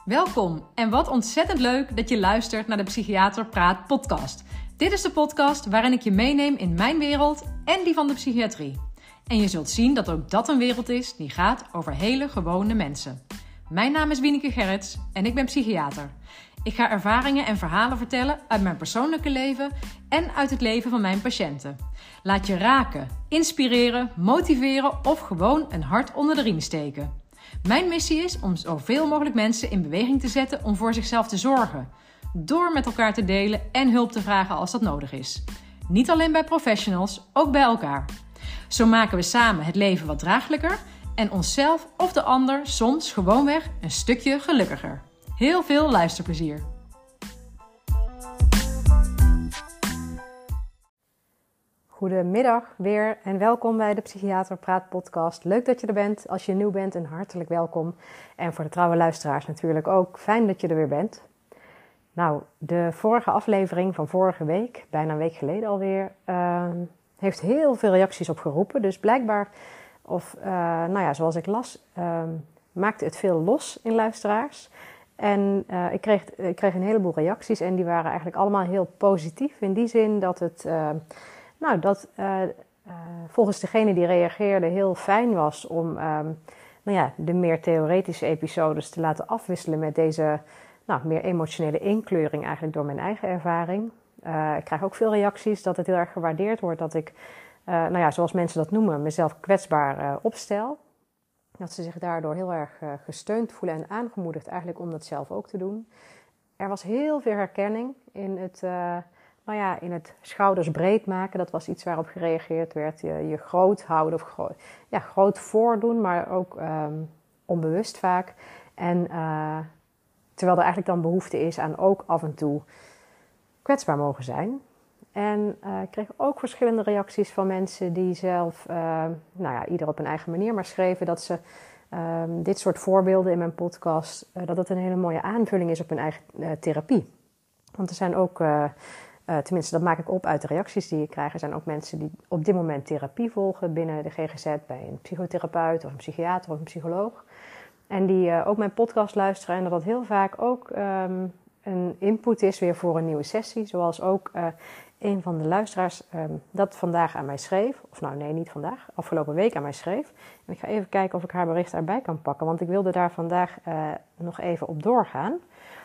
Welkom en wat ontzettend leuk dat je luistert naar de Psychiater Praat podcast. Dit is de podcast waarin ik je meeneem in mijn wereld en die van de psychiatrie. En je zult zien dat ook dat een wereld is die gaat over hele gewone mensen. Mijn naam is Wieneke Gerrits en ik ben psychiater. Ik ga ervaringen en verhalen vertellen uit mijn persoonlijke leven en uit het leven van mijn patiënten. Laat je raken, inspireren, motiveren of gewoon een hart onder de riem steken. Mijn missie is om zoveel mogelijk mensen in beweging te zetten om voor zichzelf te zorgen. Door met elkaar te delen en hulp te vragen als dat nodig is. Niet alleen bij professionals, ook bij elkaar. Zo maken we samen het leven wat draaglijker en onszelf of de ander soms gewoonweg een stukje gelukkiger. Heel veel luisterplezier! Goedemiddag weer en welkom bij de Psychiater Praat podcast. Leuk dat je er bent. Als je nieuw bent, een hartelijk welkom. En voor de trouwe luisteraars natuurlijk ook. Fijn dat je er weer bent. Nou, de vorige aflevering van vorige week, bijna een week geleden alweer, heeft heel veel reacties opgeroepen. Dus blijkbaar, zoals ik las, maakte het veel los in luisteraars. En ik kreeg een heleboel reacties en die waren eigenlijk allemaal heel positief. In die zin dat het... volgens degene die reageerde heel fijn was om de meer theoretische episodes te laten afwisselen met deze meer emotionele inkleuring eigenlijk door mijn eigen ervaring. Ik krijg ook veel reacties dat het heel erg gewaardeerd wordt dat ik, zoals mensen dat noemen, mezelf kwetsbaar opstel. Dat ze zich daardoor heel erg gesteund voelen en aangemoedigd eigenlijk om dat zelf ook te doen. Er was heel veel herkenning in het schouders breed maken. Dat was iets waarop gereageerd werd. Je groot houden of groot voordoen, maar ook onbewust vaak. En terwijl er eigenlijk dan behoefte is aan ook af en toe kwetsbaar mogen zijn. En ik kreeg ook verschillende reacties van mensen die zelf, ieder op een eigen manier, maar schreven dat ze dit soort voorbeelden in mijn podcast, dat het een hele mooie aanvulling is op hun eigen therapie. Want er zijn ook... tenminste, dat maak ik op uit de reacties die ik krijg. Er zijn ook mensen die op dit moment therapie volgen binnen de GGZ bij een psychotherapeut of een psychiater of een psycholoog. En die ook mijn podcast luisteren en dat heel vaak ook een input is weer voor een nieuwe sessie. Zoals ook een van de luisteraars dat vandaag aan mij schreef. Niet vandaag, afgelopen week aan mij schreef. En ik ga even kijken of ik haar bericht erbij kan pakken, want ik wilde daar vandaag nog even op doorgaan.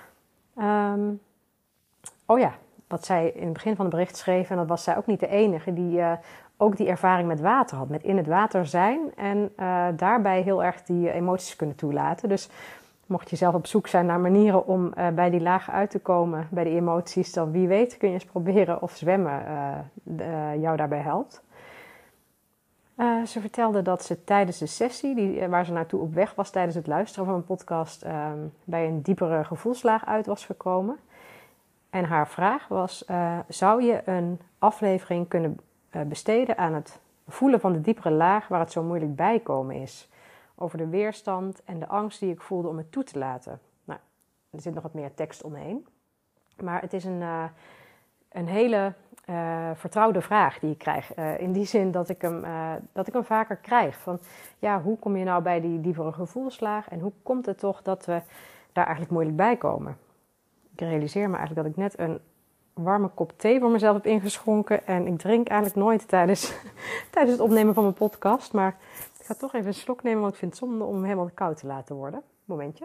Wat zij in het begin van het bericht schreef, en dat was zij ook niet de enige, die ook die ervaring met water had. Met in het water zijn en daarbij heel erg die emoties kunnen toelaten. Dus mocht je zelf op zoek zijn naar manieren om bij die laag uit te komen, bij die emoties, dan wie weet kun je eens proberen of zwemmen jou daarbij helpt. Ze vertelde dat ze tijdens de sessie, waar ze naartoe op weg was tijdens het luisteren van een podcast, bij een diepere gevoelslaag uit was gekomen. En haar vraag was, zou je een aflevering kunnen besteden aan het voelen van de diepere laag waar het zo moeilijk bijkomen is? Over de weerstand en de angst die ik voelde om het toe te laten. Nou, er zit nog wat meer tekst omheen. Maar het is een hele vertrouwde vraag die ik krijg. In die zin dat ik hem vaker krijg. Van, hoe kom je nou bij die diepere gevoelslaag? En hoe komt het toch dat we daar eigenlijk moeilijk bij komen? Ik realiseer me eigenlijk dat ik net een warme kop thee voor mezelf heb ingeschonken. En ik drink eigenlijk nooit tijdens het opnemen van mijn podcast. Maar ik ga toch even een slok nemen, want ik vind het zonde om hem helemaal koud te laten worden. Momentje.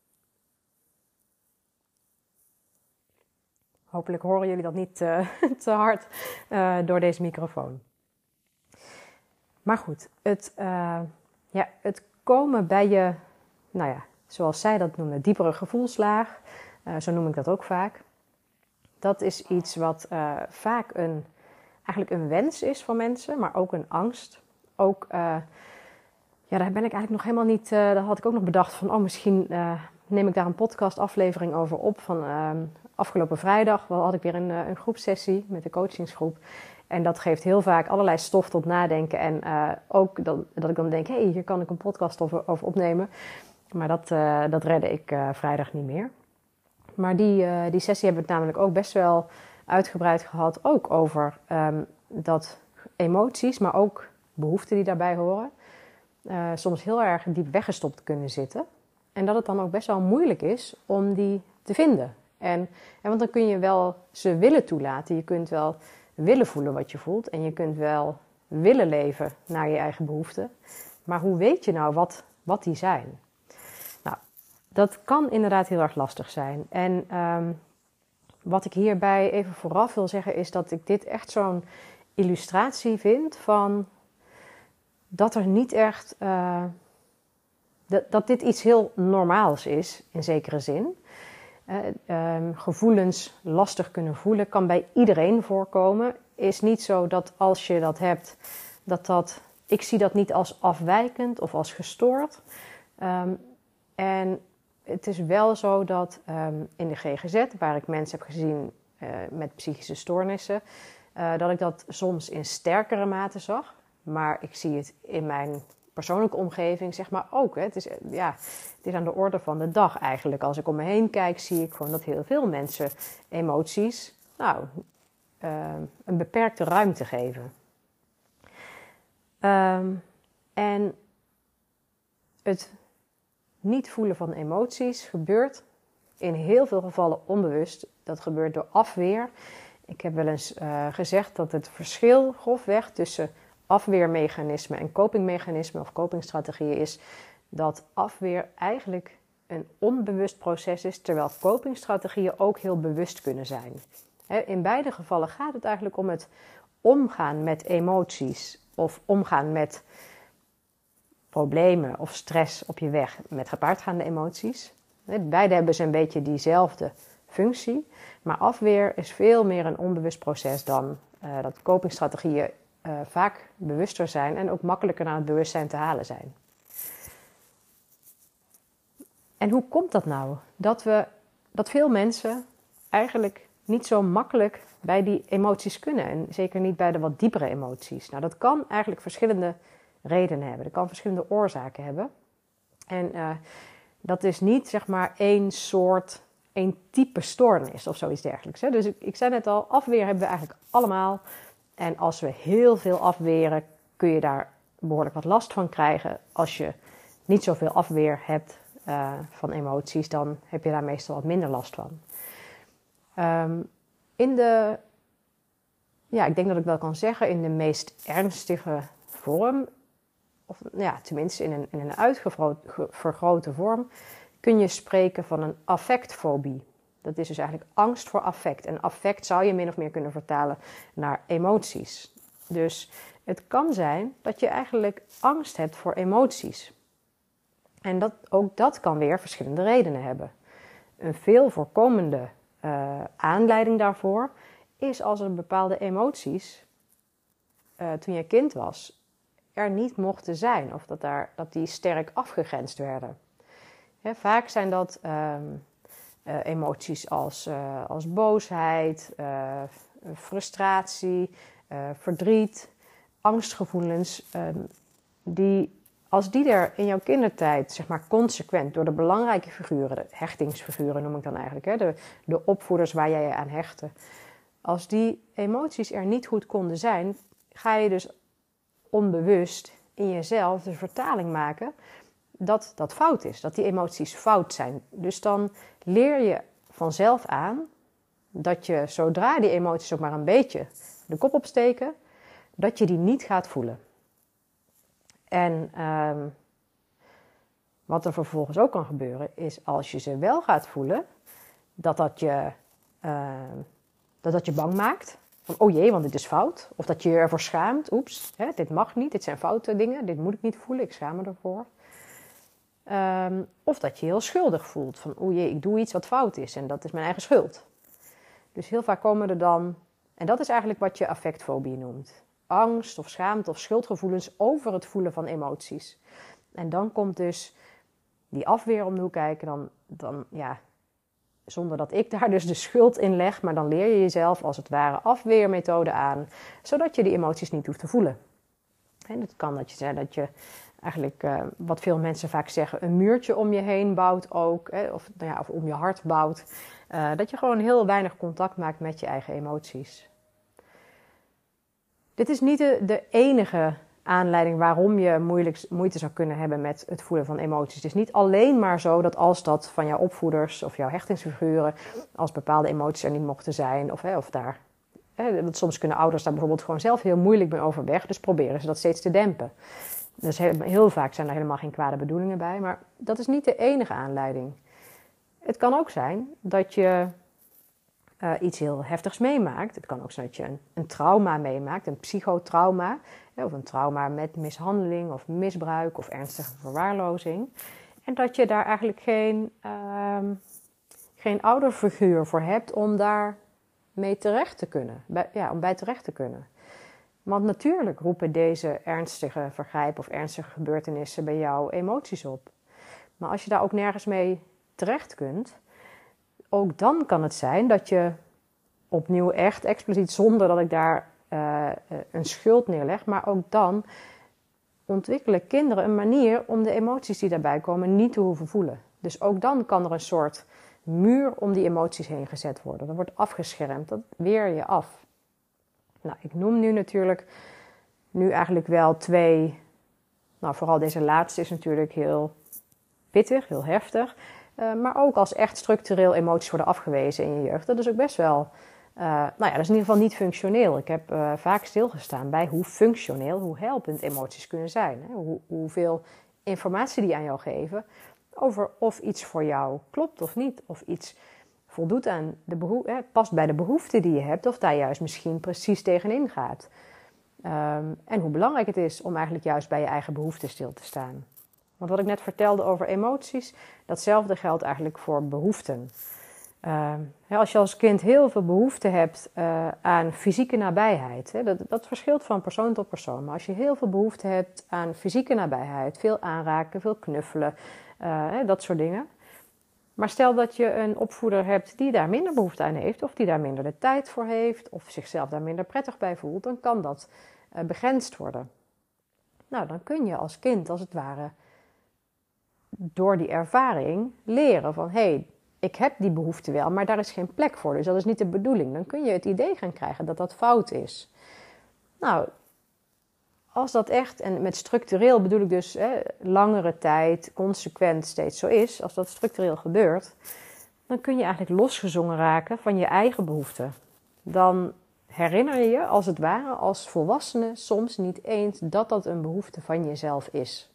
Hopelijk horen jullie dat niet te hard door deze microfoon. Maar goed, het komen bij je, zoals zij dat noemde, diepere gevoelslaag. Zo noem ik dat ook vaak. Dat is iets wat vaak eigenlijk een wens is van mensen, maar ook een angst. Ook, daar ben ik eigenlijk nog helemaal niet... daar had ik ook nog bedacht van, misschien neem ik daar een podcastaflevering over op. Van afgelopen vrijdag had ik weer een groepsessie met de coachingsgroep. En dat geeft heel vaak allerlei stof tot nadenken. En ook dat ik dan denk, hier kan ik een podcast over opnemen. Maar dat redde ik vrijdag niet meer. Maar die sessie hebben we het namelijk ook best wel uitgebreid gehad. Ook over dat emoties, maar ook behoeften die daarbij horen. Soms heel erg diep weggestopt kunnen zitten. En dat het dan ook best wel moeilijk is om die te vinden. Want dan kun je wel ze willen toelaten. Je kunt wel willen voelen wat je voelt. En je kunt wel willen leven naar je eigen behoeften. Maar hoe weet je nou wat die zijn? Nou, dat kan inderdaad heel erg lastig zijn. En wat ik hierbij even vooraf wil zeggen is dat ik dit echt zo'n illustratie vind van dat er niet echt... dat dit iets heel normaals is, in zekere zin. Gevoelens lastig kunnen voelen kan bij iedereen voorkomen. Is niet zo dat als je dat hebt, ik zie dat niet als afwijkend of als gestoord. En het is wel zo dat in de GGZ, waar ik mensen heb gezien met psychische stoornissen, dat ik dat soms in sterkere mate zag. Maar ik zie het in mijn persoonlijke omgeving zeg maar ook. Hè. Het is aan de orde van de dag eigenlijk. Als ik om me heen kijk, zie ik gewoon dat heel veel mensen emoties een beperkte ruimte geven. En het niet voelen van emoties gebeurt in heel veel gevallen onbewust. Dat gebeurt door afweer. Ik heb wel eens gezegd dat het verschil grofweg tussen afweermechanismen en copingmechanismen of copingstrategieën is dat afweer eigenlijk een onbewust proces is, terwijl copingstrategieën ook heel bewust kunnen zijn. In beide gevallen gaat het eigenlijk om het omgaan met emoties of omgaan met problemen of stress op je weg met gepaardgaande emoties. Beide hebben ze een beetje diezelfde functie, maar afweer is veel meer een onbewust proces dan dat copingstrategieën vaak bewuster zijn en ook makkelijker naar het bewustzijn te halen zijn. En hoe komt dat nou? Dat veel mensen eigenlijk niet zo makkelijk bij die emoties kunnen. En zeker niet bij de wat diepere emoties. Nou, dat kan eigenlijk verschillende redenen hebben. Dat kan verschillende oorzaken hebben. En dat is niet zeg maar één type stoornis of zoiets dergelijks. Hè? Dus ik zei net al, afweer hebben we eigenlijk allemaal. En als we heel veel afweren, kun je daar behoorlijk wat last van krijgen. Als je niet zoveel afweer hebt van emoties, dan heb je daar meestal wat minder last van. Ik denk dat ik wel kan zeggen, in de meest ernstige vorm, of tenminste in een uitvergrote vorm, kun je spreken van een affectfobie. Dat is dus eigenlijk angst voor affect. En affect zou je min of meer kunnen vertalen naar emoties. Dus het kan zijn dat je eigenlijk angst hebt voor emoties. En ook dat kan weer verschillende redenen hebben. Een veel voorkomende aanleiding daarvoor is als er bepaalde emoties, toen je kind was, er niet mochten zijn. Of dat die sterk afgegrensd werden. Vaak zijn dat emoties als boosheid, frustratie, verdriet, angstgevoelens. Als die er in jouw kindertijd zeg maar consequent door de belangrijke figuren, de hechtingsfiguren noem ik dan eigenlijk, de opvoeders waar jij je aan hechtte. Als die emoties er niet goed konden zijn, ga je dus onbewust in jezelf de vertaling maken dat dat fout is, dat die emoties fout zijn. Dus dan leer je vanzelf aan dat je zodra die emoties ook maar een beetje de kop opsteken, dat je die niet gaat voelen. En wat er vervolgens ook kan gebeuren is als je ze wel gaat voelen, dat je bang maakt. Van, oh jee, want dit is fout. Of dat je je ervoor schaamt. Oeps, dit mag niet, dit zijn foute dingen, dit moet ik niet voelen, ik schaam me ervoor. Of dat je heel schuldig voelt. Van, oh jee, ik doe iets wat fout is en dat is mijn eigen schuld. Dus heel vaak komen er dan, en dat is eigenlijk wat je affectfobie noemt. Angst of schaamte of schuldgevoelens over het voelen van emoties. En dan komt dus die afweer om de hoek kijken, dan zonder dat ik daar dus de schuld in leg, maar dan leer je jezelf als het ware afweermethode aan, zodat je die emoties niet hoeft te voelen. En het kan dat je eigenlijk, wat veel mensen vaak zeggen, een muurtje om je heen bouwt ook, of om je hart bouwt. Dat je gewoon heel weinig contact maakt met je eigen emoties. Dit is niet de enige aanleiding waarom je moeite zou kunnen hebben met het voelen van emoties. Het is niet alleen maar zo dat als dat van jouw opvoeders of jouw hechtingsfiguren, als bepaalde emoties er niet mochten zijn, of daar. Want soms kunnen ouders daar bijvoorbeeld gewoon zelf heel moeilijk mee overweg, dus proberen ze dat steeds te dempen. Dus heel vaak zijn er helemaal geen kwade bedoelingen bij, maar dat is niet de enige aanleiding. Het kan ook zijn dat je iets heel heftigs meemaakt. Het kan ook zijn dat je een trauma meemaakt, een psychotrauma, of een trauma met mishandeling of misbruik of ernstige verwaarlozing. En dat je daar eigenlijk geen ouderfiguur voor hebt om daar mee terecht te kunnen. Om bij terecht te kunnen. Want natuurlijk roepen deze ernstige vergrijpen of ernstige gebeurtenissen bij jou emoties op. Maar als je daar ook nergens mee terecht kunt, ook dan kan het zijn dat je opnieuw echt expliciet, zonder dat ik daar een schuld neerleg, maar ook dan ontwikkelen kinderen een manier om de emoties die daarbij komen niet te hoeven voelen. Dus ook dan kan er een soort muur om die emoties heen gezet worden. Dat wordt afgeschermd, dat weer je af. Nou, ik noem nu eigenlijk wel 2, vooral deze laatste is natuurlijk heel pittig, heel heftig. Maar ook als echt structureel emoties worden afgewezen in je jeugd. Dat is ook best wel, dat is in ieder geval niet functioneel. Ik heb vaak stilgestaan bij hoe functioneel, hoe helpend emoties kunnen zijn. Hè? Hoeveel informatie die aan jou geven over of iets voor jou klopt of niet. Of iets voldoet aan past bij de behoeften die je hebt. Of daar juist misschien precies tegenin gaat. En hoe belangrijk het is om eigenlijk juist bij je eigen behoeften stil te staan. Want wat ik net vertelde over emoties, datzelfde geldt eigenlijk voor behoeften. Als je als kind heel veel behoefte hebt aan fysieke nabijheid, dat verschilt van persoon tot persoon. Maar als je heel veel behoefte hebt aan fysieke nabijheid, veel aanraken, veel knuffelen, dat soort dingen. Maar stel dat je een opvoeder hebt die daar minder behoefte aan heeft, of die daar minder de tijd voor heeft, of zichzelf daar minder prettig bij voelt, dan kan dat begrensd worden. Nou, dan kun je als kind als het ware door die ervaring leren van ik heb die behoefte wel, maar daar is geen plek voor. Dus dat is niet de bedoeling. Dan kun je het idee gaan krijgen dat dat fout is. Nou, als dat echt, en met structureel bedoel ik dus langere tijd, consequent steeds zo is, als dat structureel gebeurt, dan kun je eigenlijk losgezongen raken van je eigen behoeften. Dan herinner je je, als het ware, als volwassene soms niet eens dat dat een behoefte van jezelf is.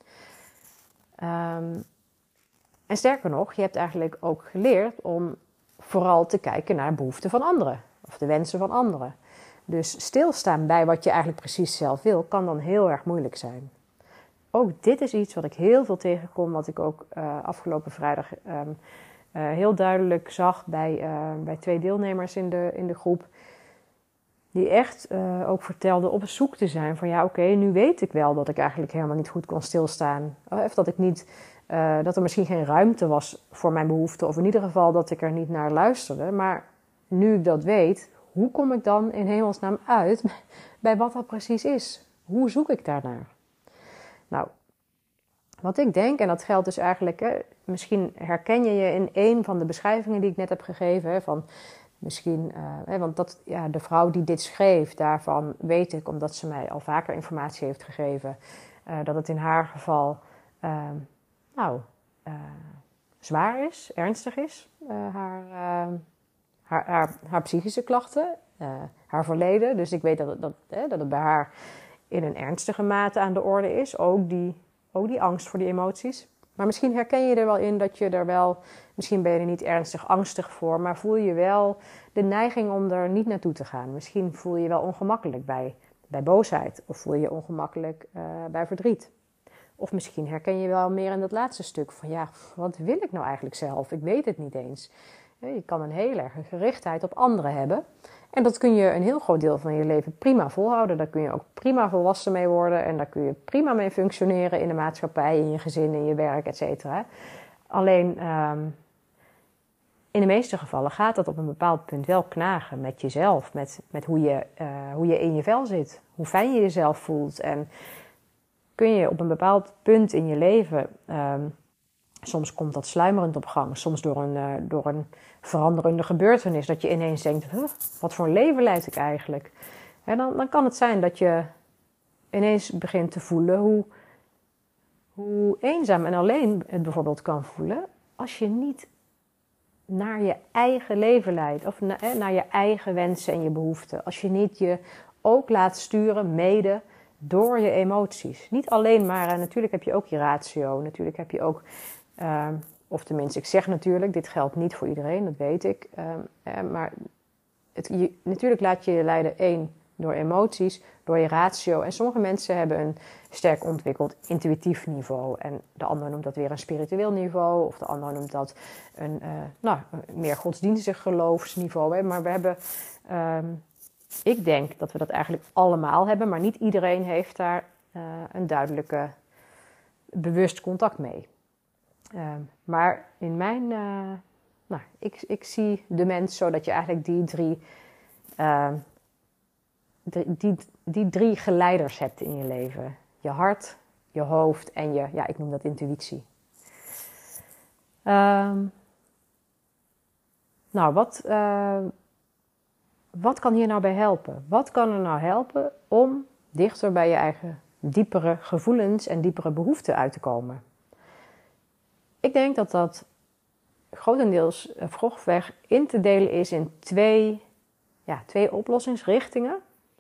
En sterker nog, je hebt eigenlijk ook geleerd om vooral te kijken naar de behoeften van anderen. Of de wensen van anderen. Dus stilstaan bij wat je eigenlijk precies zelf wil, kan dan heel erg moeilijk zijn. Ook dit is iets wat ik heel veel tegenkom, wat ik ook afgelopen vrijdag heel duidelijk zag bij 2 deelnemers in de groep. Die echt ook vertelden op zoek te zijn van nu weet ik wel dat ik eigenlijk helemaal niet goed kon stilstaan. Of dat ik niet, dat er misschien geen ruimte was voor mijn behoeften. Of in ieder geval dat ik er niet naar luisterde. Maar nu ik dat weet, hoe kom ik dan in hemelsnaam uit bij wat dat precies is? Hoe zoek ik daarnaar? Nou, wat ik denk, en dat geldt dus eigenlijk, misschien herken je je in een van de beschrijvingen die ik net heb gegeven, van misschien, want de vrouw die dit schreef, daarvan weet ik, omdat ze mij al vaker informatie heeft gegeven, dat het in haar geval zwaar is, ernstig is, haar psychische klachten, haar verleden. Dus ik weet dat het bij haar in een ernstige mate aan de orde is, ook die angst voor die emoties. Maar misschien herken je er wel in dat je er wel, misschien ben je er niet ernstig angstig voor, maar voel je wel de neiging om er niet naartoe te gaan. Misschien voel je je wel ongemakkelijk bij boosheid, of voel je je ongemakkelijk bij verdriet. Of misschien herken je wel meer in dat laatste stuk van wat wil ik nou eigenlijk zelf? Ik weet het niet eens. Je kan een heel erg gerichtheid op anderen hebben. En dat kun je een heel groot deel van je leven prima volhouden. Daar kun je ook prima volwassen mee worden. En daar kun je prima mee functioneren in de maatschappij, in je gezin, in je werk, et cetera. Alleen in de meeste gevallen gaat dat op een bepaald punt wel knagen met jezelf. Met hoe je in je vel zit. Hoe fijn je jezelf voelt. En kun je op een bepaald punt in je leven, soms komt dat sluimerend op gang. Soms door een veranderende gebeurtenis. Dat je ineens denkt, wat voor een leven leid ik eigenlijk? En dan kan het zijn dat je ineens begint te voelen hoe eenzaam en alleen het bijvoorbeeld kan voelen als je niet naar je eigen leven leidt of naar je eigen wensen en je behoeften. Als je niet je ook laat sturen, mede door je emoties. Niet alleen maar, natuurlijk heb je ook je ratio, natuurlijk heb je ook, of tenminste ik zeg natuurlijk, dit geldt niet voor iedereen, dat weet ik. Maar natuurlijk laat je je leiden door emoties, door je ratio. En sommige mensen hebben een sterk ontwikkeld intuïtief niveau. En de ander noemt dat weer een spiritueel niveau. Of de ander noemt dat een meer godsdienstig geloofsniveau. Hè. Maar we hebben, ik denk dat we dat eigenlijk allemaal hebben. Maar niet iedereen heeft daar een duidelijke, bewust contact mee. Maar in mijn, ik zie de mens zo dat je eigenlijk die drie geleiders hebt in je leven. Je hart, je hoofd en ik noem dat intuïtie. Wat kan hier nou bij helpen? Wat kan er nou helpen om dichter bij je eigen diepere gevoelens en diepere behoeften uit te komen? Ik denk dat dat grotendeels grofweg in te delen is in twee oplossingsrichtingen.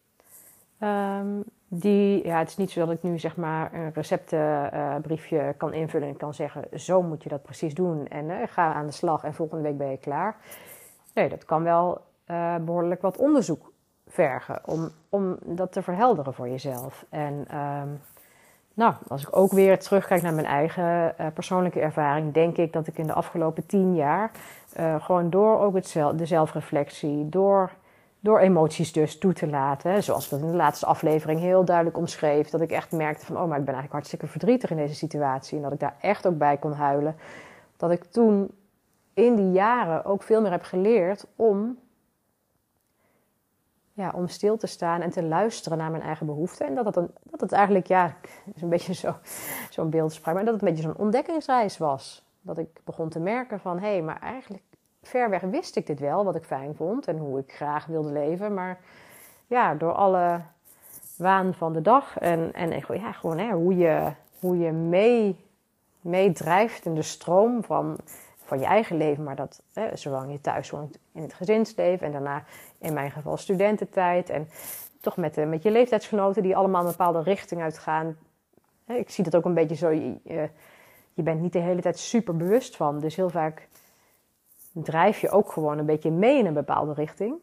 Het is niet zo dat ik nu zeg maar een receptenbriefje kan invullen en kan zeggen, zo moet je dat precies doen en ga aan de slag en volgende week ben je klaar. Nee, dat kan wel behoorlijk wat onderzoek vergen om dat te verhelderen voor jezelf. En als ik ook weer terugkijk naar mijn eigen persoonlijke ervaring, denk ik dat ik in de afgelopen 10 jaar gewoon door ook de zelfreflectie, door emoties dus toe te laten, zoals ik dat in de laatste aflevering heel duidelijk omschreef, dat ik echt merkte van, maar ik ben eigenlijk hartstikke verdrietig in deze situatie en dat ik daar echt ook bij kon huilen. Dat ik toen in die jaren ook veel meer heb geleerd om stil te staan en te luisteren naar mijn eigen behoeften. En dat het eigenlijk, is een beetje zo'n beeldspraak, maar dat het een beetje zo'n ontdekkingsreis was. Dat ik begon te merken van, maar eigenlijk ver weg wist ik dit wel, wat ik fijn vond en hoe ik graag wilde leven. Maar door alle waan van de dag en hoe je meedrijft in de stroom van je eigen leven. Maar dat, zolang je thuis woont in het gezinsleven en daarna in mijn geval studententijd. En toch met je leeftijdsgenoten die allemaal een bepaalde richting uitgaan. Ik zie dat ook een beetje zo, je bent niet de hele tijd super bewust van. Dus heel vaak drijf je ook gewoon een beetje mee in een bepaalde richting.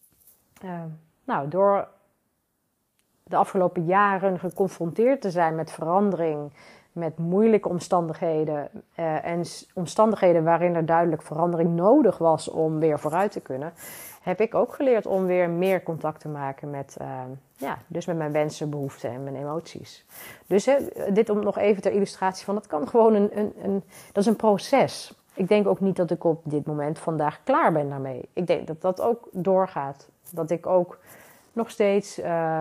Door de afgelopen jaren geconfronteerd te zijn met verandering, met moeilijke omstandigheden en omstandigheden waarin er duidelijk verandering nodig was om weer vooruit te kunnen, heb ik ook geleerd om weer meer contact te maken met mijn wensen, behoeften en mijn emoties. Dus dit om nog even ter illustratie van, dat kan gewoon dat is een proces. Ik denk ook niet dat ik op dit moment vandaag klaar ben daarmee. Ik denk dat dat ook doorgaat. Dat ik ook nog steeds,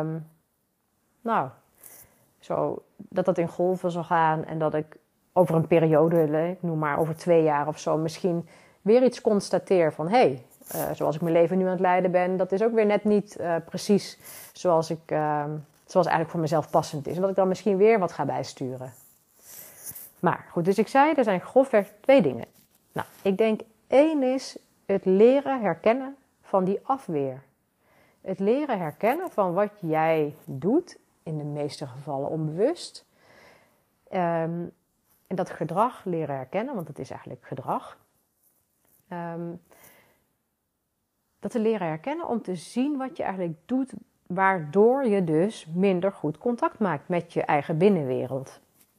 dat in golven zal gaan. En dat ik over een periode, ik noem maar over 2 jaar of zo, misschien weer iets constateer van, zoals ik mijn leven nu aan het leiden ben, dat is ook weer net niet precies zoals eigenlijk voor mezelf passend is. En dat ik dan misschien weer wat ga bijsturen. Maar goed, dus ik zei, er zijn grofweg 2 dingen. Ik denk 1 is het leren herkennen van die afweer. Het leren herkennen van wat jij doet, in de meeste gevallen onbewust. En dat gedrag leren herkennen, want het is eigenlijk gedrag. Dat te leren herkennen om te zien wat je eigenlijk doet, waardoor je dus minder goed contact maakt met je eigen binnenwereld.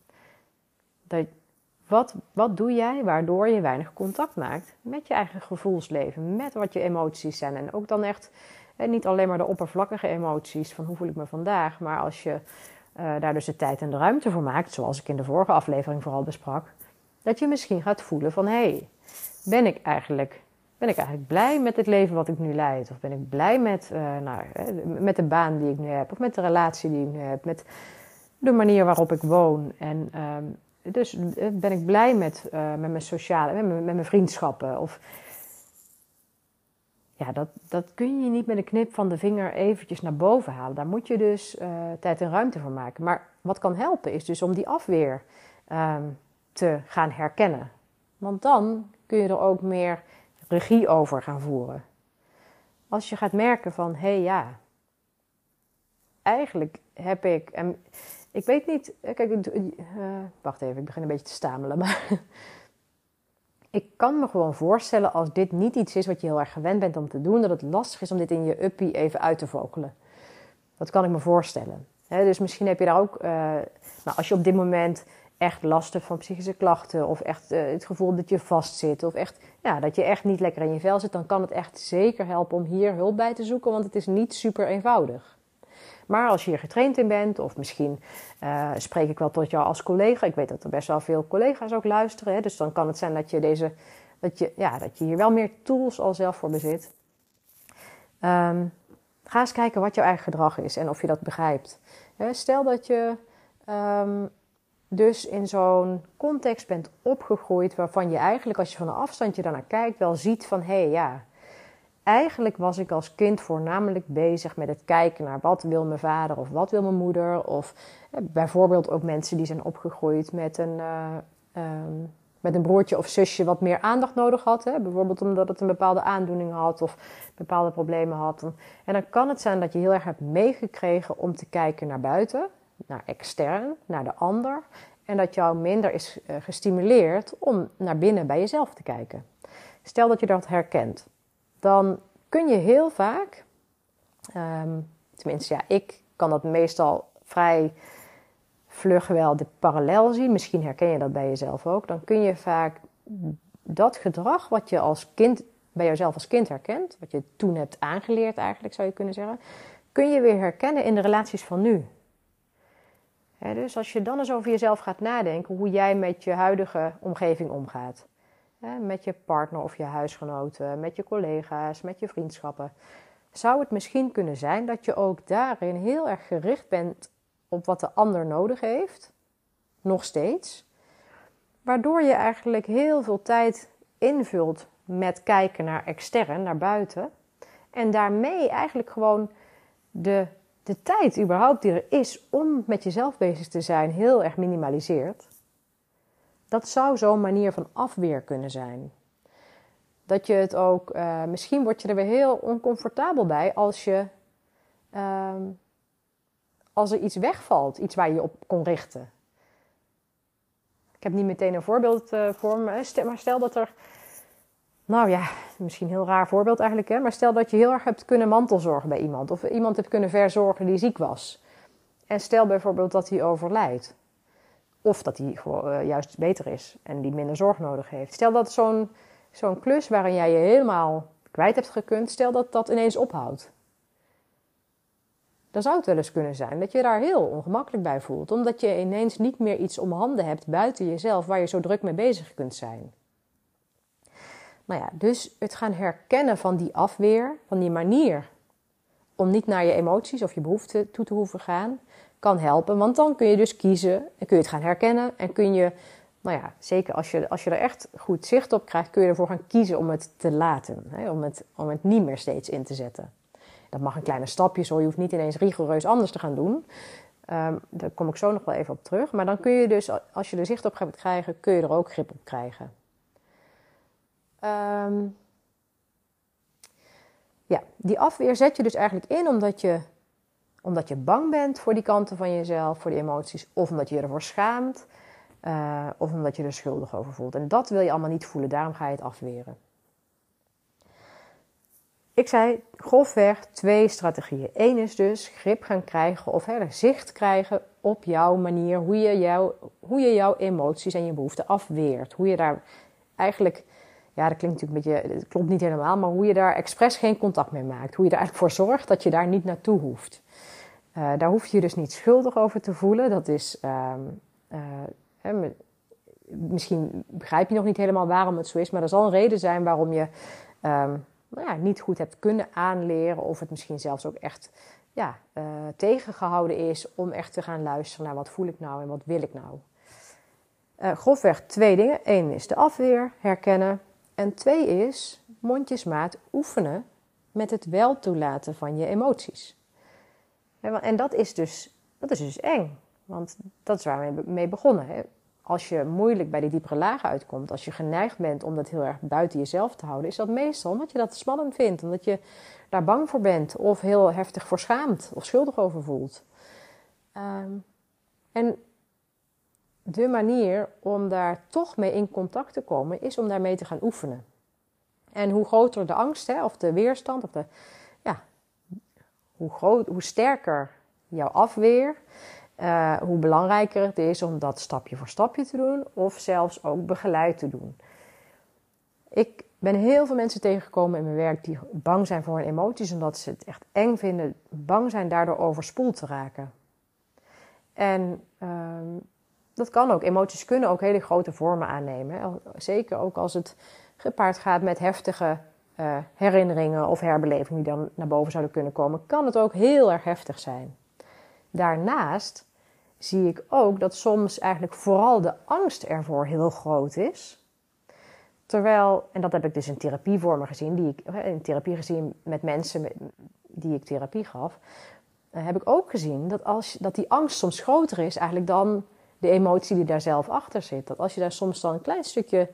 Wat doe jij waardoor je weinig contact maakt met je eigen gevoelsleven, met wat je emoties zijn. En ook dan echt, niet alleen maar de oppervlakkige emoties van hoe voel ik me vandaag, maar als je daar dus de tijd en de ruimte voor maakt, zoals ik in de vorige aflevering vooral besprak, dat je misschien gaat voelen van, ben ik eigenlijk blij met het leven wat ik nu leid? Of ben ik blij met de baan die ik nu heb? Of met de relatie die ik nu heb? Met de manier waarop ik woon? En dus ben ik blij met mijn sociale, met mijn vriendschappen? Ja, dat kun je niet met een knip van de vinger eventjes naar boven halen. Daar moet je dus tijd en ruimte voor maken. Maar wat kan helpen is dus om die afweer te gaan herkennen. Want dan kun je er ook meer regie over gaan voeren. Als je gaat merken van, eigenlijk heb ik... En ik weet niet... Kijk, wacht even, ik begin een beetje te stamelen. Maar ik kan me gewoon voorstellen als dit niet iets is wat je heel erg gewend bent om te doen, dat het lastig is om dit in je uppie even uit te vokelen. Dat kan ik me voorstellen. Dus misschien heb je daar ook... als je op dit moment echt last hebt van psychische klachten, of echt het gevoel dat je vastzit, of echt dat je echt niet lekker in je vel zit, dan kan het echt zeker helpen om hier hulp bij te zoeken, want het is niet super eenvoudig. Maar als je hier getraind in bent, of misschien spreek ik wel tot jou als collega. Ik weet dat er best wel veel collega's ook luisteren. Hè, dus dan kan het zijn dat je dat je hier wel meer tools al zelf voor bezit. Ga eens kijken wat jouw eigen gedrag is en of je dat begrijpt. Stel dat je dus in zo'n context bent opgegroeid waarvan je eigenlijk, als je van een afstandje daarnaar kijkt, wel ziet van eigenlijk was ik als kind voornamelijk bezig met het kijken naar wat wil mijn vader of wat wil mijn moeder. Of bijvoorbeeld ook mensen die zijn opgegroeid met een broertje of zusje wat meer aandacht nodig had. Bijvoorbeeld omdat het een bepaalde aandoening had of bepaalde problemen had. En dan kan het zijn dat je heel erg hebt meegekregen om te kijken naar buiten, naar extern, naar de ander. En dat jou minder is gestimuleerd om naar binnen bij jezelf te kijken. Stel dat je dat herkent. Dan kun je heel vaak, tenminste ik kan dat meestal vrij vlug wel de parallel zien. Misschien herken je dat bij jezelf ook. Dan kun je vaak dat gedrag wat je als kind, bij jezelf als kind herkent, wat je toen hebt aangeleerd eigenlijk zou je kunnen zeggen, kun je weer herkennen in de relaties van nu. Dus als je dan eens over jezelf gaat nadenken hoe jij met je huidige omgeving omgaat. Met je partner of je huisgenoten, met je collega's, met je vriendschappen. Zou het misschien kunnen zijn dat je ook daarin heel erg gericht bent op wat de ander nodig heeft, nog steeds. Waardoor je eigenlijk heel veel tijd invult met kijken naar extern, naar buiten. En daarmee eigenlijk gewoon de tijd überhaupt die er is om met jezelf bezig te zijn heel erg minimaliseert. Dat zou zo'n manier van afweer kunnen zijn. Dat je het ook, misschien word je er weer heel oncomfortabel bij als er iets wegvalt, iets waar je op kon richten. Ik heb niet meteen een voorbeeld voor me, maar stel dat er, misschien een heel raar voorbeeld eigenlijk, maar stel dat je heel erg hebt kunnen mantelzorgen bij iemand, of iemand hebt kunnen verzorgen die ziek was. En stel bijvoorbeeld dat hij overlijdt. Of dat hij juist beter is en die minder zorg nodig heeft. Stel dat zo'n klus waarin jij je helemaal kwijt hebt gekund, stel dat dat ineens ophoudt. Dan zou het wel eens kunnen zijn dat je daar heel ongemakkelijk bij voelt. Omdat je ineens niet meer iets om handen hebt buiten jezelf waar je zo druk mee bezig kunt zijn. Dus het gaan herkennen van die afweer, van die manier om niet naar je emoties of je behoeften toe te hoeven gaan, kan helpen. Want dan kun je dus kiezen en kun je het gaan herkennen. En kun je, zeker als je er echt goed zicht op krijgt, kun je ervoor gaan kiezen om het te laten. Om het niet meer steeds in te zetten. Dat mag in kleine stapjes hoor. Je hoeft niet ineens rigoureus anders te gaan doen. Daar kom ik zo nog wel even op terug. Maar dan kun je dus, als je er zicht op gaat krijgen, kun je er ook grip op krijgen. Die afweer zet je dus eigenlijk in omdat je bang bent voor die kanten van jezelf, voor die emoties. Of omdat je je ervoor schaamt. Of omdat je er schuldig over voelt. En dat wil je allemaal niet voelen. Daarom ga je het afweren. Ik zei grofweg 2 strategieën. 1 is dus grip gaan krijgen of zicht krijgen op jouw manier. Hoe je jouw emoties en je behoeften afweert. Hoe je daar eigenlijk, dat klinkt natuurlijk een beetje, het klopt niet helemaal. Maar hoe je daar expres geen contact mee maakt. Hoe je er eigenlijk voor zorgt dat je daar niet naartoe hoeft. Daar hoef je je dus niet schuldig over te voelen. Dat is, misschien begrijp je nog niet helemaal waarom het zo is. Maar er zal een reden zijn waarom je niet goed hebt kunnen aanleren. Of het misschien zelfs ook echt tegengehouden is om echt te gaan luisteren naar wat voel ik nou en wat wil ik nou. Grofweg 2 dingen. 1 is de afweer, herkennen. En 2 is mondjesmaat oefenen met het wel toelaten van je emoties. En dat is dus eng. Want dat is waar we mee begonnen. Hè? Als je moeilijk bij die diepere lagen uitkomt, als je geneigd bent om dat heel erg buiten jezelf te houden, is dat meestal omdat je dat spannend vindt. Omdat je daar bang voor bent of heel heftig voor schaamt of schuldig over voelt. En de manier om daar toch mee in contact te komen, is om daarmee te gaan oefenen. En hoe groter de angst, of de weerstand, of hoe sterker jouw afweer, hoe belangrijker het is om dat stapje voor stapje te doen, of zelfs ook begeleid te doen. Ik ben heel veel mensen tegengekomen in mijn werk die bang zijn voor hun emoties, omdat ze het echt eng vinden, bang zijn daardoor overspoeld te raken. En dat kan ook. Emoties kunnen ook hele grote vormen aannemen. Zeker ook als het gepaard gaat met heftige herinneringen of herbelevingen die dan naar boven zouden kunnen komen, kan het ook heel erg heftig zijn. Daarnaast zie ik ook dat soms eigenlijk vooral de angst ervoor heel groot is. Terwijl, en dat heb ik dus in therapievormen gezien, met mensen die ik therapie gaf, heb ik ook gezien dat die angst soms groter is eigenlijk dan de emotie die daar zelf achter zit. Dat als je daar soms dan een klein stukje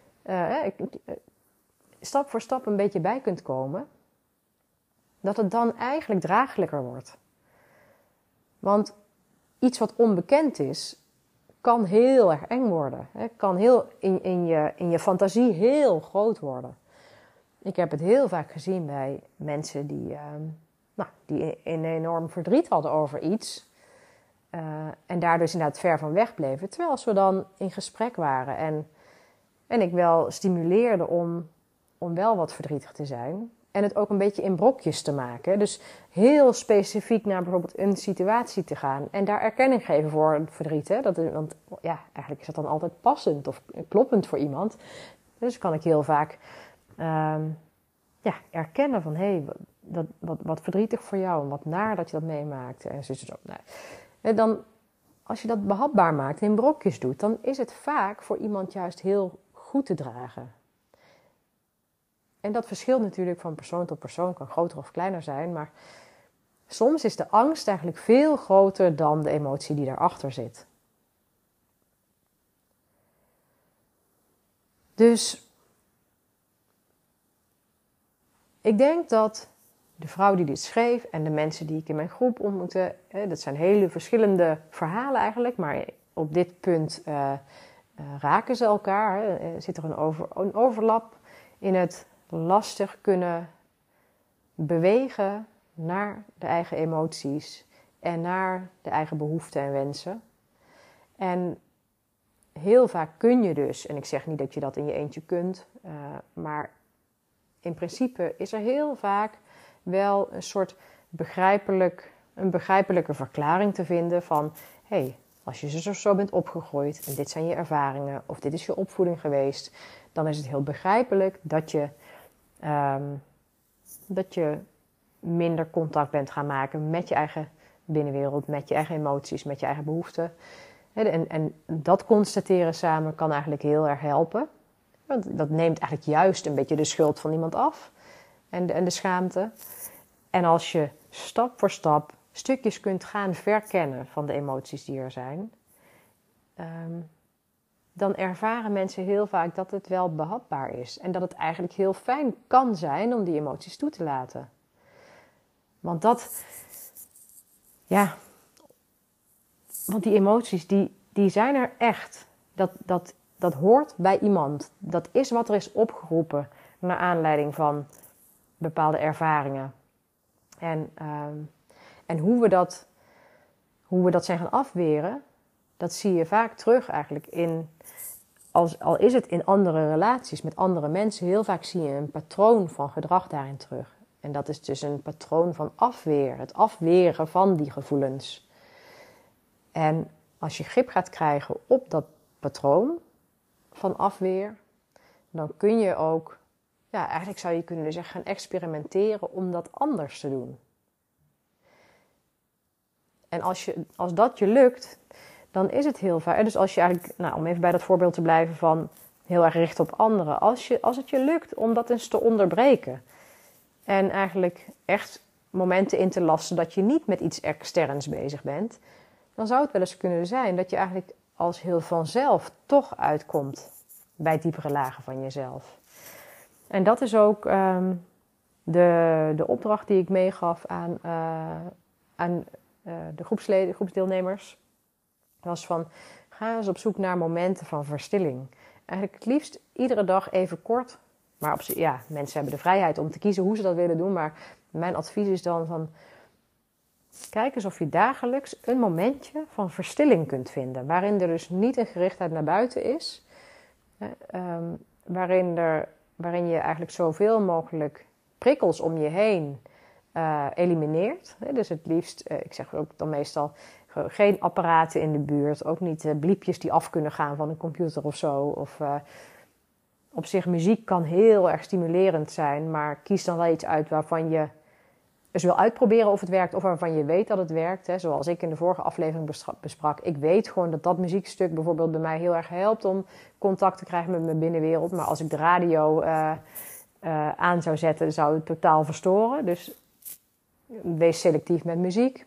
stap voor stap een beetje bij kunt komen, dat het dan eigenlijk draaglijker wordt. Want iets wat onbekend is, kan heel erg eng worden. Kan heel in je fantasie heel groot worden. Ik heb het heel vaak gezien bij mensen die een enorm verdriet hadden over iets. En daar dus inderdaad ver van weg bleven. Terwijl als we dan in gesprek waren en ik wel stimuleerde om wel wat verdrietig te zijn. En het ook een beetje in brokjes te maken. Dus heel specifiek naar bijvoorbeeld een situatie te gaan. En daar erkenning geven voor het verdriet. Hè? Want eigenlijk is dat dan altijd passend of kloppend voor iemand. Dus kan ik heel vaak erkennen van wat verdrietig voor jou. En wat naar dat je dat meemaakt. En zo. En dan, als je dat behapbaar maakt en in brokjes doet, dan is het vaak voor iemand juist heel goed te dragen. En dat verschilt natuurlijk van persoon tot persoon, kan groter of kleiner zijn, maar soms is de angst eigenlijk veel groter dan de emotie die daarachter zit. Dus ik denk dat de vrouw die dit schreef en de mensen die ik in mijn groep ontmoette, dat zijn hele verschillende verhalen eigenlijk, maar op dit punt raken ze elkaar. Zit er een overlap in het lastig kunnen bewegen naar de eigen emoties en naar de eigen behoeften en wensen. En heel vaak kun je dus, en ik zeg niet dat je dat in je eentje kunt, maar in principe is er heel vaak wel een soort begrijpelijke verklaring te vinden van, als je zo bent opgegroeid en dit zijn je ervaringen of dit is je opvoeding geweest, dan is het heel begrijpelijk dat je minder contact bent gaan maken met je eigen binnenwereld, met je eigen emoties, met je eigen behoeften. En dat constateren samen kan eigenlijk heel erg helpen. Want dat neemt eigenlijk juist een beetje de schuld van iemand af en de schaamte. En als je stap voor stap stukjes kunt gaan verkennen van de emoties die er zijn, dan ervaren mensen heel vaak dat het wel behapbaar is. En dat het eigenlijk heel fijn kan zijn om die emoties toe te laten. Want want die emoties, die zijn er echt. Dat hoort bij iemand. Dat is wat er is opgeroepen naar aanleiding van bepaalde ervaringen. En hoe we dat zijn gaan afweren, dat zie je vaak terug eigenlijk al is het in andere relaties met andere mensen, heel vaak zie je een patroon van gedrag daarin terug. En dat is dus een patroon van afweer, het afweren van die gevoelens. En als je grip gaat krijgen op dat patroon van afweer, dan kun je ook, eigenlijk zou je kunnen zeggen, gaan experimenteren om dat anders te doen. En als dat je lukt, dan is het heel vaak. Dus als je eigenlijk, om even bij dat voorbeeld te blijven van heel erg richten op anderen. Als het je lukt om dat eens te onderbreken. En eigenlijk echt momenten in te lassen dat je niet met iets externs bezig bent. Dan zou het wel eens kunnen zijn dat je eigenlijk als heel vanzelf toch uitkomt bij diepere lagen van jezelf. En dat is ook de opdracht die ik meegaf aan de groepsdeelnemers. Was van, ga eens op zoek naar momenten van verstilling. Eigenlijk het liefst iedere dag even kort. Maar mensen hebben de vrijheid om te kiezen hoe ze dat willen doen. Maar mijn advies is dan van, kijk eens of je dagelijks een momentje van verstilling kunt vinden. Waarin er dus niet een gerichtheid naar buiten is. Waarin je eigenlijk zoveel mogelijk prikkels om je heen elimineert. Dus het liefst, ik zeg ook dan meestal, geen apparaten in de buurt. Ook niet bliepjes die af kunnen gaan van een computer of zo. Of op zich, muziek kan heel erg stimulerend zijn. Maar kies dan wel iets uit waarvan je eens wil uitproberen of het werkt. Of waarvan je weet dat het werkt. Hè. Zoals ik in de vorige aflevering besprak. Ik weet gewoon dat muziekstuk bijvoorbeeld bij mij heel erg helpt om contact te krijgen met mijn binnenwereld. Maar als ik de radio aan zou zetten, zou het totaal verstoren. Dus wees selectief met muziek.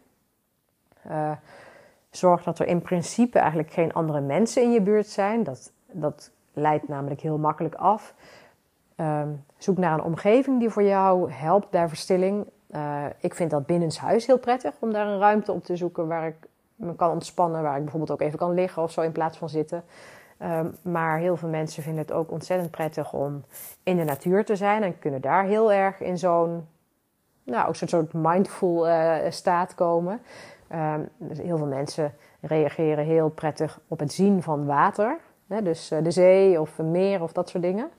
Zorg dat er in principe eigenlijk geen andere mensen in je buurt zijn. Dat leidt namelijk heel makkelijk af. Zoek naar een omgeving die voor jou helpt bij verstilling. Ik vind dat binnenshuis heel prettig om daar een ruimte op te zoeken waar ik me kan ontspannen. Waar ik bijvoorbeeld ook even kan liggen of zo in plaats van zitten. Maar heel veel mensen vinden het ook ontzettend prettig om in de natuur te zijn. En kunnen daar heel erg in zo'n soort mindful staat komen. Dus heel veel mensen reageren heel prettig op het zien van water. Dus de zee of een meer of dat soort dingen.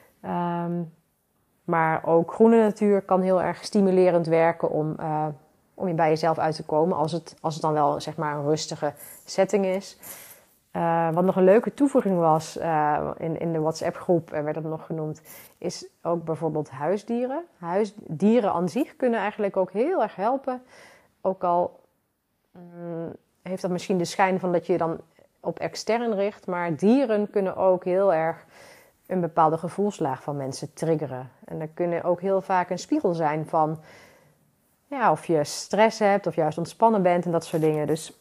Maar ook groene natuur kan heel erg stimulerend werken om je bij jezelf uit te komen. Als het dan wel zeg maar een rustige setting is. Wat nog een leuke toevoeging was in de WhatsApp-groep, werd dat nog genoemd, is ook bijvoorbeeld huisdieren. Huisdieren aan zich kunnen eigenlijk ook heel erg helpen. Ook al heeft dat misschien de schijn van dat je dan op extern richt. Maar dieren kunnen ook heel erg een bepaalde gevoelslaag van mensen triggeren. En dat kunnen ook heel vaak een spiegel zijn van of je stress hebt of juist ontspannen bent en dat soort dingen. Dus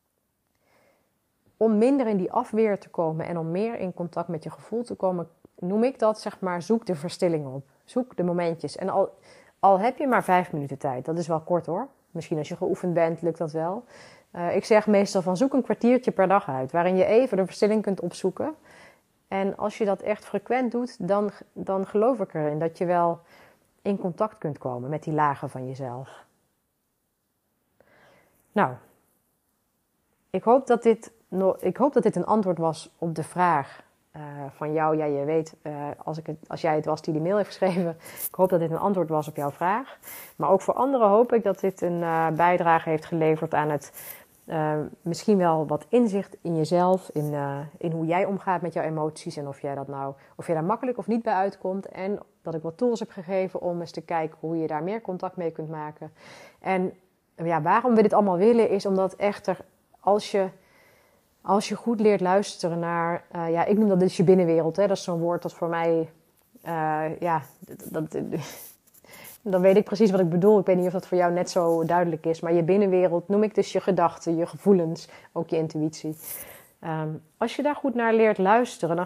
om minder in die afweer te komen en om meer in contact met je gevoel te komen, noem ik dat, zeg maar, zoek de verstilling op. Zoek de momentjes. En al heb je maar 5 minuten tijd, dat is wel kort hoor. Misschien als je geoefend bent, lukt dat wel. Ik zeg meestal van zoek een kwartiertje per dag uit, waarin je even de verstilling kunt opzoeken. En als je dat echt frequent doet, dan geloof ik erin dat je wel in contact kunt komen met die lagen van jezelf. Nou, ik hoop dat dit een antwoord was op de vraag van jou. Ja, je weet, als jij het was die mail heeft geschreven, ik hoop dat dit een antwoord was op jouw vraag. Maar ook voor anderen hoop ik dat dit een bijdrage heeft geleverd aan het misschien wel wat inzicht in jezelf, in hoe jij omgaat met jouw emoties en of je daar makkelijk of niet bij uitkomt. En dat ik wat tools heb gegeven om eens te kijken hoe je daar meer contact mee kunt maken. En waarom we dit allemaal willen is omdat echter als je goed leert luisteren naar, ik noem dat dus je binnenwereld. Hè? Dat is zo'n woord dat voor mij, dan weet ik precies wat ik bedoel. Ik weet niet of dat voor jou net zo duidelijk is. Maar je binnenwereld noem ik dus je gedachten, je gevoelens, ook je intuïtie. Als je daar goed naar leert luisteren,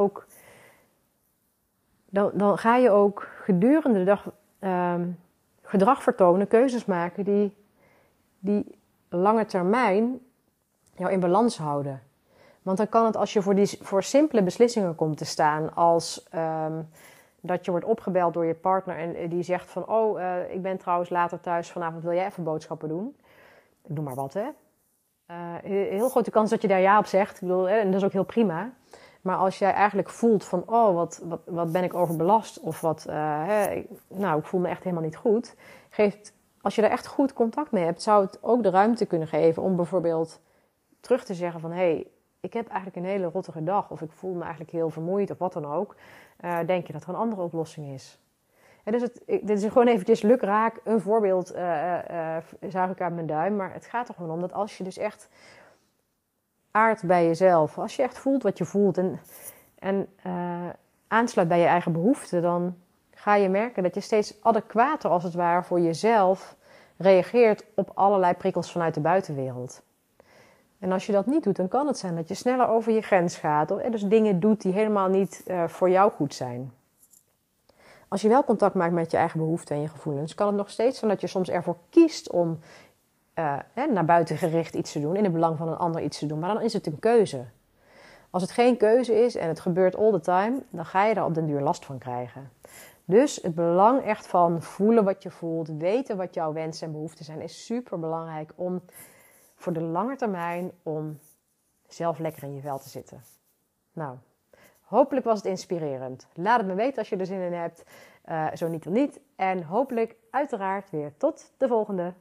dan ga je ook gedurende de dag gedrag vertonen, keuzes maken die lange termijn jou in balans houden. Want dan kan het, als je voor simpele beslissingen komt te staan, als dat je wordt opgebeld door je partner en die zegt van, ik ben trouwens later thuis, vanavond wil jij even boodschappen doen? Ik doe maar wat, hè. Heel grote kans dat je daar ja op zegt. Ik bedoel, en dat is ook heel prima. Maar als jij eigenlijk voelt van, wat ben ik overbelast? Of ik voel me echt helemaal niet goed. Als je daar echt goed contact mee hebt, zou het ook de ruimte kunnen geven om bijvoorbeeld terug te zeggen van, ik heb eigenlijk een hele rottige dag. Of ik voel me eigenlijk heel vermoeid of wat dan ook. Denk je dat er een andere oplossing is? En dus dit is gewoon eventjes lukraak een voorbeeld, zuig ik uit mijn duim. Maar het gaat er gewoon om dat als je dus echt aardt bij jezelf. Als je echt voelt wat je voelt en aansluit bij je eigen behoeften, dan ga je merken dat je steeds adequater als het ware voor jezelf reageert op allerlei prikkels vanuit de buitenwereld. En als je dat niet doet, dan kan het zijn dat je sneller over je grens gaat. En dus dingen doet die helemaal niet voor jou goed zijn. Als je wel contact maakt met je eigen behoeften en je gevoelens, kan het nog steeds zijn dat je soms ervoor kiest om naar buiten gericht iets te doen, in het belang van een ander iets te doen. Maar dan is het een keuze. Als het geen keuze is en het gebeurt all the time, dan ga je daar op den duur last van krijgen. Dus het belang echt van voelen wat je voelt, weten wat jouw wensen en behoeften zijn, is super belangrijk om voor de lange termijn om zelf lekker in je vel te zitten. Nou, hopelijk was het inspirerend. Laat het me weten als je er zin in hebt. Zo niet dan niet. En hopelijk uiteraard weer tot de volgende.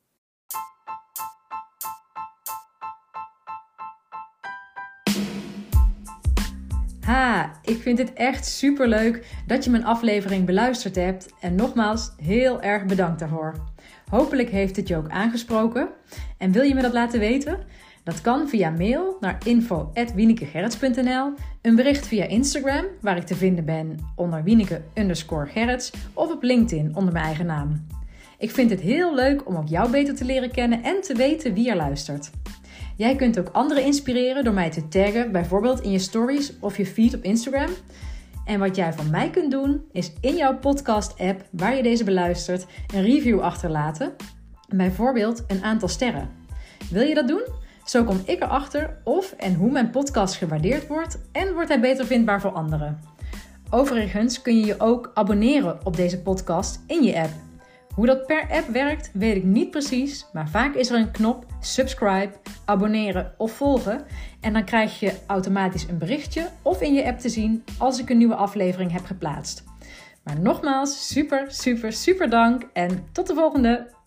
Ik vind het echt superleuk dat je mijn aflevering beluisterd hebt. En nogmaals, heel erg bedankt daarvoor. Hopelijk heeft het je ook aangesproken. En wil je me dat laten weten? Dat kan via mail naar info@wienekegerrits.nl, een bericht via Instagram, waar ik te vinden ben onder Wieneke_Gerrits, of op LinkedIn onder mijn eigen naam. Ik vind het heel leuk om ook jou beter te leren kennen en te weten wie er luistert. Jij kunt ook anderen inspireren door mij te taggen, bijvoorbeeld in je stories of je feed op Instagram. En wat jij van mij kunt doen, is in jouw podcast-app waar je deze beluistert, een review achterlaten. Bijvoorbeeld een aantal sterren. Wil je dat doen? Zo kom ik erachter of en hoe mijn podcast gewaardeerd wordt en wordt hij beter vindbaar voor anderen. Overigens kun je je ook abonneren op deze podcast in je app. Hoe dat per app werkt, weet ik niet precies, maar vaak is er een knop subscribe, abonneren of volgen en dan krijg je automatisch een berichtje of in je app te zien als ik een nieuwe aflevering heb geplaatst. Maar nogmaals, super dank en tot de volgende!